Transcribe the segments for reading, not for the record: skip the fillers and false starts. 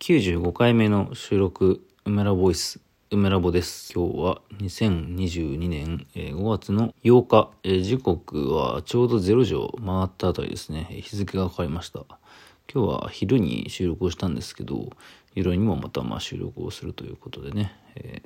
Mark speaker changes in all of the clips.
Speaker 1: 95回目の収録、梅ラボイス、梅ラボです。今日は2022年5月の8日、時刻はちょうど0時を回ったあたりですね、日付が変わりました。今日は昼に収録をしたんですけど、夜にもまた収録をするということでね、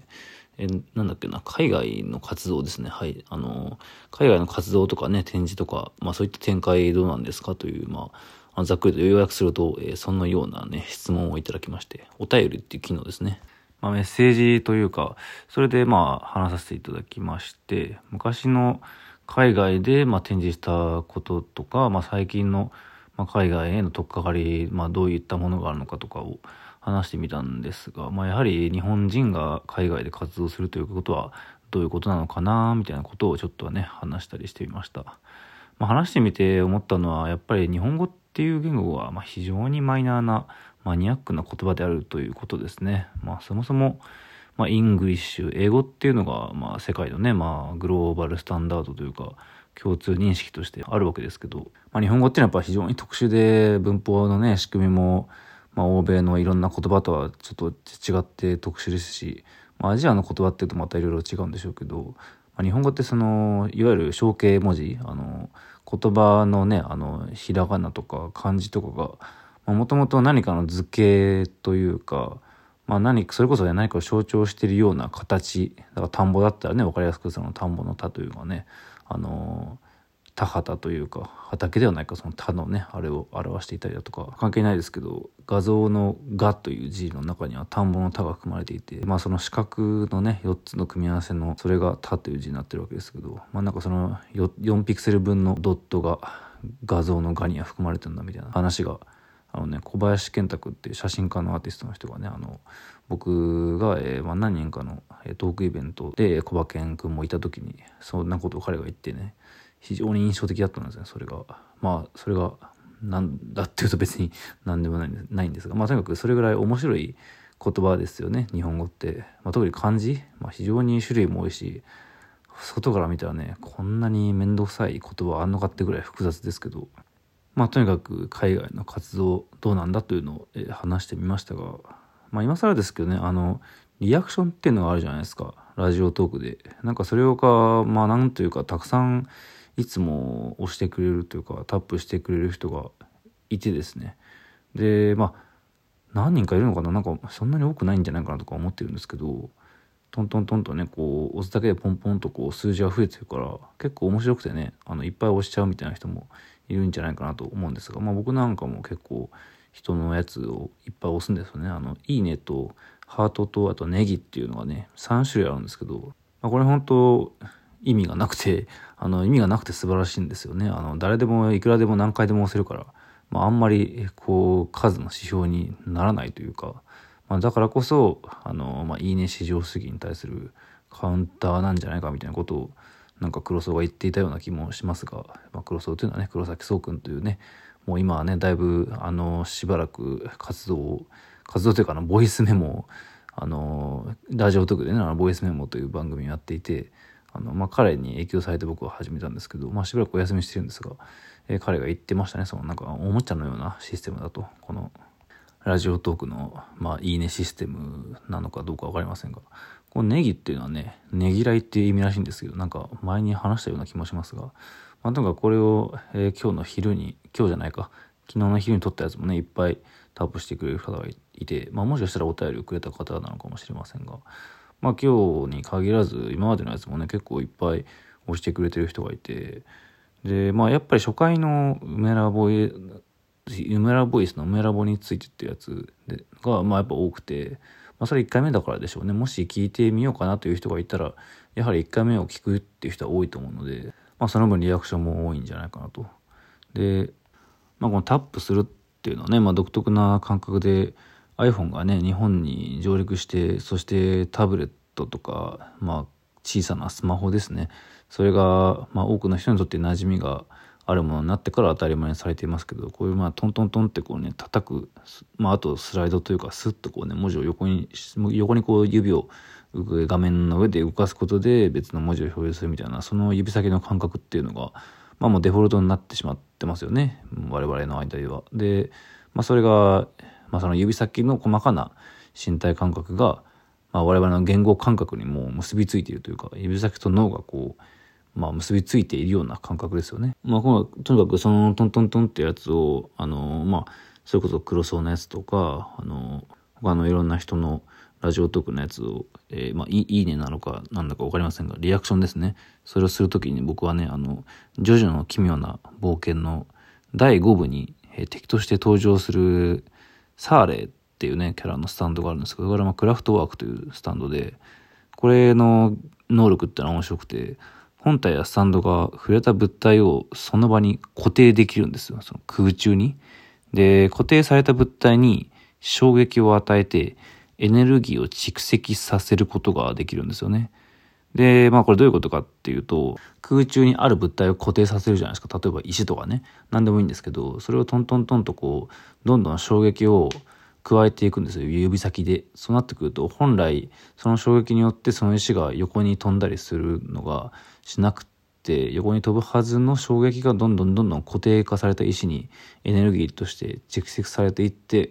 Speaker 1: 海外の活動ですね。はい。海外の活動とかね、展示とか、そういった展開どうなんですかという、ざっくりと要約すると、そんなようなね、質問をいただきまして、お便りっていう機能ですね。メッセージというか、それで話させていただきまして、昔の海外で展示したこととか、最近の海外への取っかかり、どういったものがあるのかとかを話してみたんですが、やはり日本人が海外で活動するということはどういうことなのかなみたいなことをちょっとね話したりしてみました。話してみて思ったのはやっぱり日本語っていう言語は非常にマイナーなマニアックな言葉であるということですね。そもそもイングリッシュ英語っていうのが世界のねグローバルスタンダードというか共通認識としてあるわけですけど、日本語っていうのはやっぱ非常に特殊で文法のね仕組みも欧米のいろんな言葉とはちょっと違って特殊ですし、アジアの言葉っていうとまたいろいろ違うんでしょうけど、日本語っていわゆる象形文字、言葉のね、ひらがなとか漢字とかが、もともと何かの図形というか、それこそね、何かを象徴しているような形、だから田んぼだったらね、わかりやすくその田んぼの田というのはね、田畑というか畑ではないかその田のねあれを表していたりだとか関係ないですけど、画像の画という字の中には田んぼの田が含まれていて、その四角のね4つの組み合わせのそれが田という字になってるわけですけど、その 4ピクセル分のドットが画像の画には含まれてるんだみたいな話が小林健太君っていう写真家のアーティストの人がね僕が、何人かのトークイベントで小葉健君もいた時にそんなことを彼が言ってね非常に印象的だったんですね。それがなんだっていうと別に何でもないんですが、とにかくそれぐらい面白い言葉ですよね日本語って。特に漢字、非常に種類も多いし、外から見たらねこんなに面倒くさい言葉あんのかってぐらい複雑ですけど、とにかく海外の活動どうなんだというのを話してみましたが、今更ですけどねリアクションっていうのがあるじゃないですか、ラジオトークで。それをなんというかたくさんいつも押してくれるというかタップしてくれる人がいてですね、で何人かいるのかな、そんなに多くないんじゃないかなとか思ってるんですけど、トントントンとね押すだけでポンポンと数字が増えてるから結構面白くてねいっぱい押しちゃうみたいな人もいるんじゃないかなと思うんですが、僕なんかも結構人のやつをいっぱい押すんですよね。いいねとハートとあとネギっていうのがね3種類あるんですけど、これ本当意味がなくて素晴らしいんですよね。誰でもいくらでも何回でも押せるから、あんまり数の指標にならないというか、だからこそいいね至上主義に対するカウンターなんじゃないかみたいなことを黒荘が言っていたような気もしますが、黒荘というのはね黒崎壮君というね、もう今はねだいぶしばらく活動というかボイスメモラジオトークでねボイスメモという番組をやっていて、彼に影響されて僕は始めたんですけど、しばらくお休みしてるんですが、彼が言ってましたね。おもちゃのようなシステムだと、このラジオトークのいいねシステムなのかどうかわかりませんが、このネギっていうのはねねぎらいっていう意味らしいんですけど、前に話したような気もしますが、とにかくこれを、今日の昼に昨日の昼に撮ったやつもねいっぱいタップしてくれる方がいて、もしかしたらお便りをくれた方なのかもしれませんが、今日に限らず今までのやつもね結構いっぱい押してくれてる人がいて、でやっぱり初回の梅ラボイスの梅ラボについてってやつがやっぱ多くて、それ1回目だからでしょうね。もし聞いてみようかなという人がいたらやはり1回目を聞くっていう人は多いと思うので、その分リアクションも多いんじゃないかなと。でこのタップするっていうのはね、独特な感覚で iPhone がね日本に上陸して、そしてタブレットとか小さなスマホですね、それが多くの人にとって馴染みがあるものになってから当たり前にされていますけど、こういうトントントンって叩く、あとスライドというかスッと文字を横に指を画面の上で動かすことで別の文字を表示するみたいな、その指先の感覚っていうのがもうデフォルトになってしまってますよね、我々の間では。でそれがその指先の細かな身体感覚が、我々の言語感覚にも結びついているというか、指先と脳が結びついているような感覚ですよね。とにかくそのトントントンってやつを、それこそ黒荘のやつとか、他のいろんな人のラジオトークのやつを、いいねなのかなんだか分かりませんが、リアクションですね。それをするときに僕はね、ジョジョの奇妙な冒険の第5部に、敵として登場するサーレーっていうね、キャラのスタンドがあるんですけど、これはクラフトワークというスタンドで、これの能力ってのは面白くて、本体やスタンドが触れた物体をその場に固定できるんですよ。その空中に。で、固定された物体に衝撃を与えて、エネルギーを蓄積させることができるんですよね。で、これどういうことかっていうと、空中にある物体を固定させるじゃないですか。例えば石とかね、何でもいいんですけど、それをトントントンとどんどん衝撃を加えていくんですよ、指先で。そうなってくると、本来その衝撃によってその石が横に飛んだりするのがしなくて、横に飛ぶはずの衝撃がどんどん固定化された石にエネルギーとして蓄積されていって、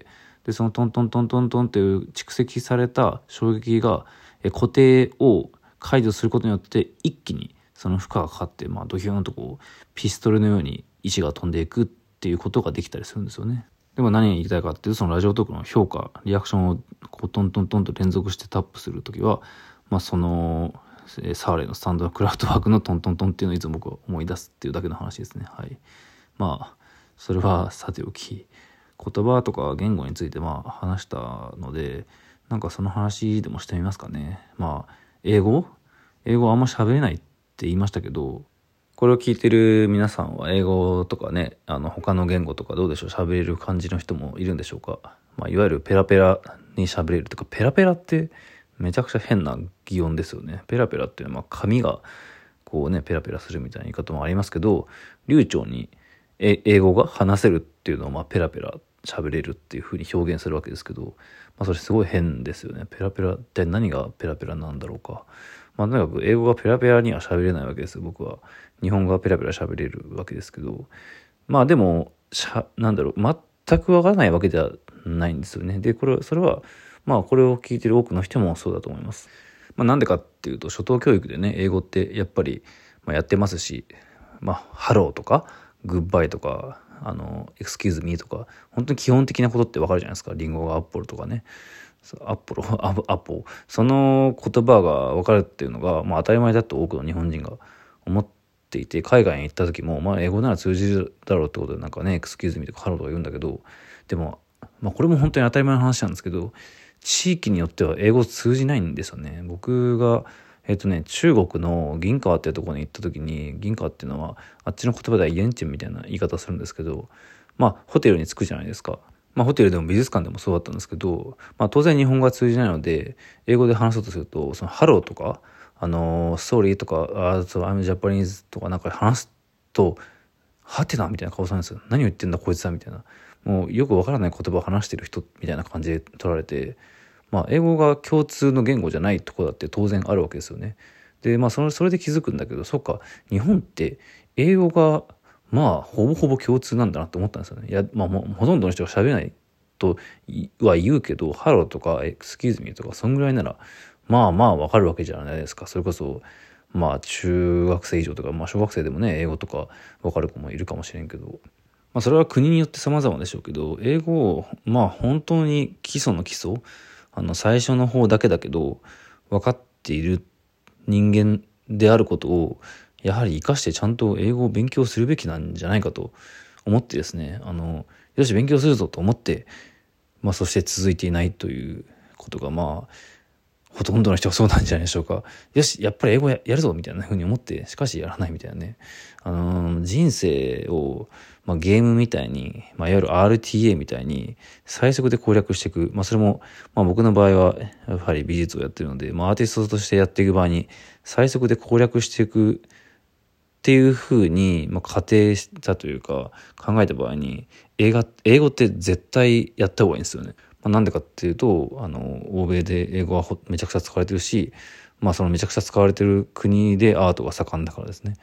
Speaker 1: でそのトントントントントンっていう蓄積された衝撃が固定を解除することによって一気にその負荷がかかって、ドヒューンとピストルのように石が飛んでいくっていうことができたりするんですよね。でも何に言いたいかっていうと、そのラジオトークの評価、リアクションをトントントンと連続してタップするときは、そのサーレのスタンドのクラフトワークのトントントンっていうのをいつも僕は思い出すっていうだけの話ですね。はい。それはさておき、言葉とか言語について話したので、その話でもしてみますかね。英語あんま喋れないって言いましたけど、これを聞いてる皆さんは英語とかね、他の言語とかどうでしょう、喋れる感じの人もいるんでしょうか。いわゆるペラペラに喋れるとか、ペラペラってめちゃくちゃ変な擬音ですよね。ペラペラっていうのは紙がペラペラするみたいな言い方もありますけど、流暢に英語が話せるっていうのをペラペラ喋れるっていう風に表現するわけですけど、それすごい変ですよね。ペラペラって何がペラペラなんだろうか。とにかく英語がペラペラには喋れないわけですよ、僕は。日本語がペラペラ喋れるわけですけど、でも全くわからないわけではないんですよね。でそれはこれを聞いてる多くの人もそうだと思います。なんでかっていうと、初等教育でね、英語ってやっぱりやってますし、ハローとかグッバイとかエクスキューズミーとか、本当に基本的なことってわかるじゃないですか。リンゴがアッポルとかね、アポその言葉がわかるっていうのが当たり前だと多くの日本人が思っていて、海外に行った時も英語なら通じるだろうってことでエクスキューズミーとかハローとか言うんだけど、でもこれも本当に当たり前の話なんですけど、地域によっては英語通じないんですよね。僕が中国の銀川っていうところに行った時に、銀川っていうのはあっちの言葉ではイエンチェンみたいな言い方するんですけど、ホテルに着くじゃないですか。ホテルでも美術館でもそうだったんですけど、当然日本語が通じないので、英語で話そうとすると、そのハローとかソーリーとかI'm Japanese とか話すと、はてなみたいな顔するんですよ。何を言ってんだこいつはみたいな。もうよくわからない言葉を話してる人みたいな感じで取られて、英語が共通の言語じゃないところだって当然あるわけですよね。でそれで気づくんだけど、そうか、日本って英語がほぼほぼ共通なんだなって思ったんですよね。いやもうほとんどの人が喋れないとは言うけど、ハローとかエクスキューズミーとかそんぐらいならわかるわけじゃないですか。それこそ中学生以上とか小学生でもね、英語とかわかる子もいるかもしれんけど、それは国によって様々でしょうけど、英語を本当に基礎の基礎、最初の方だけだけど分かっている人間であることをやはり生かして、ちゃんと英語を勉強するべきなんじゃないかと思ってですね、よし勉強するぞと思って、そして続いていないということがほとんどの人はそうなんじゃないでしょうか。よしやっぱり英語やるぞみたいな風に思って、しかしやらないみたいなね。人生をゲームみたいに、いわゆる RTA みたいに最速で攻略していく。それも僕の場合はやはり美術をやってるので、アーティストとしてやっていく場合に最速で攻略していくっていう風に仮定したというか考えた場合に、英語って絶対やった方がいいんですよね。なんでかっていうと、欧米で英語はめちゃくちゃ使われてるし、そのめちゃくちゃ使われてる国でアートが盛んだからですね。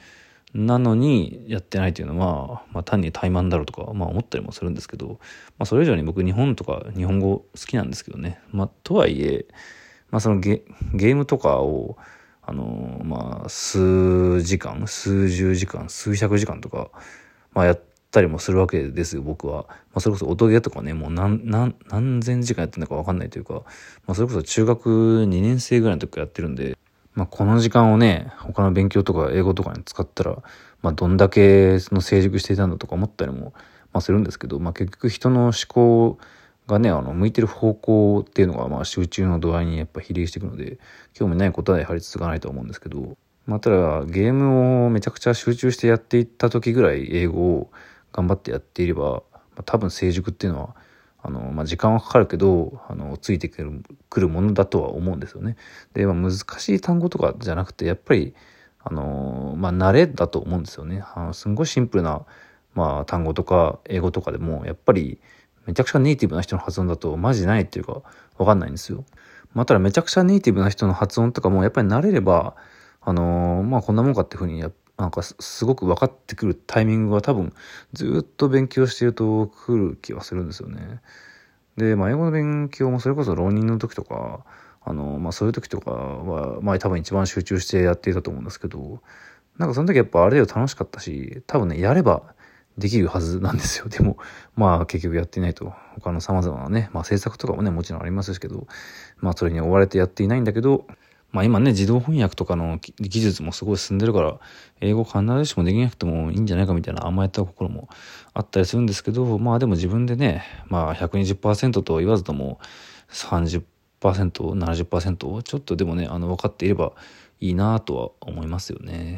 Speaker 1: なのにやってないというのは、単に怠慢だろうとか、思ったりもするんですけど、それ以上に僕日本とか日本語好きなんですけどね。とはいえ、そのゲームとかを、数時間、数十時間、数百時間とか、やったりもするわけですよ、僕は。それこそ音ゲーとかね、もう何千時間やってるのか分かんないというか、それこそ中学2年生ぐらいの時からやってるんで、この時間をね、他の勉強とか英語とかに使ったら、どんだけその成熟していたんだとか思ったりも、するんですけど、結局人の思考がね、向いてる方向っていうのが、集中の度合いにやっぱ比例していくので、興味ないことはやはり続かないと思うんですけど、ただゲームをめちゃくちゃ集中してやっていった時ぐらい英語を頑張ってやっていれば、多分成熟っていうのは時間はかかるけどついてくるものだとは思うんですよね。で、難しい単語とかじゃなくてやっぱり慣れだと思うんですよね。すんごいシンプルな、単語とか英語とかでもやっぱりめちゃくちゃネイティブな人の発音だとマジないっていうか分かんないんですよ。ただめちゃくちゃネイティブな人の発音とかもやっぱり慣れればこんなもんかっていうふうにすごく分かってくるタイミングは多分ずっと勉強していると来る気はするんですよね。で、英語の勉強もそれこそ浪人の時とかそういう時とかは多分一番集中してやっていたと思うんですけど、その時やっぱあれで楽しかったし、多分ねやればできるはずなんですよ。でも結局やっていないと、他の様々なね制作とかもねもちろんありますけど、それに追われてやっていないんだけど、今ね自動翻訳とかの技術もすごい進んでるから英語必ずしもできなくてもいいんじゃないかみたいな甘えた心もあったりするんですけど、でも自分でね120% と言わずとも30%、70% ちょっとでもね分かっていればいいなとは思いますよね。